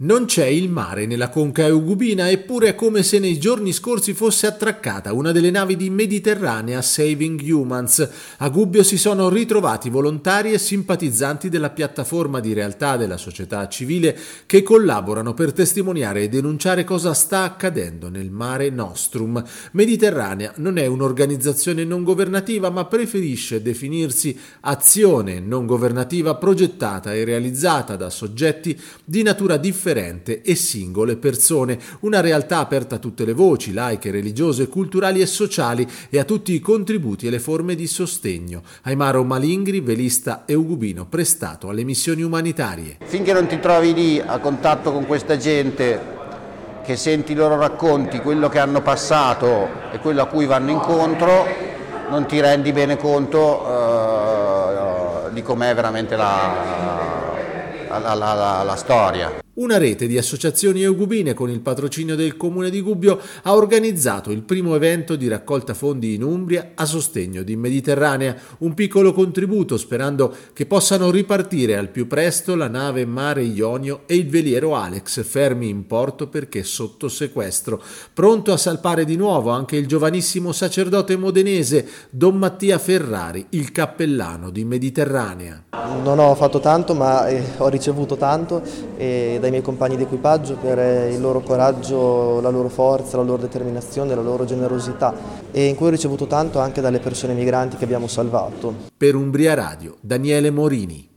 Non c'è il mare nella conca eugubina, eppure è come se nei giorni scorsi fosse attraccata una delle navi di Mediterranea Saving Humans. A Gubbio si sono ritrovati volontari e simpatizzanti della piattaforma di realtà della società civile che collaborano per testimoniare e denunciare cosa sta accadendo nel Mare Nostrum. Mediterranea non è un'organizzazione non governativa, ma preferisce definirsi azione non governativa progettata e realizzata da soggetti di natura differente e singole persone, una realtà aperta a tutte le voci, laiche, religiose, culturali e sociali e a tutti i contributi e le forme di sostegno. Aimaro Malingri, velista eugubino prestato alle missioni umanitarie. Finché non ti trovi lì a contatto con questa gente, che senti i loro racconti, quello che hanno passato e quello a cui vanno incontro, non ti rendi bene conto di com'è veramente la storia. Una rete di associazioni eugubine con il patrocinio del Comune di Gubbio ha organizzato il primo evento di raccolta fondi in Umbria a sostegno di Mediterranea, un piccolo contributo sperando che possano ripartire al più presto la nave Mare Ionio e il veliero Alex, fermi in porto perché sotto sequestro. Pronto a salpare di nuovo anche il giovanissimo sacerdote modenese Don Mattia Ferrari, il cappellano di Mediterranea. Non ho fatto tanto, ma ho ricevuto tanto dai miei compagni di equipaggio per il loro coraggio, la loro forza, la loro determinazione, la loro generosità, e in cui ho ricevuto tanto anche dalle persone migranti che abbiamo salvato. Per Umbria Radio, Daniele Morini.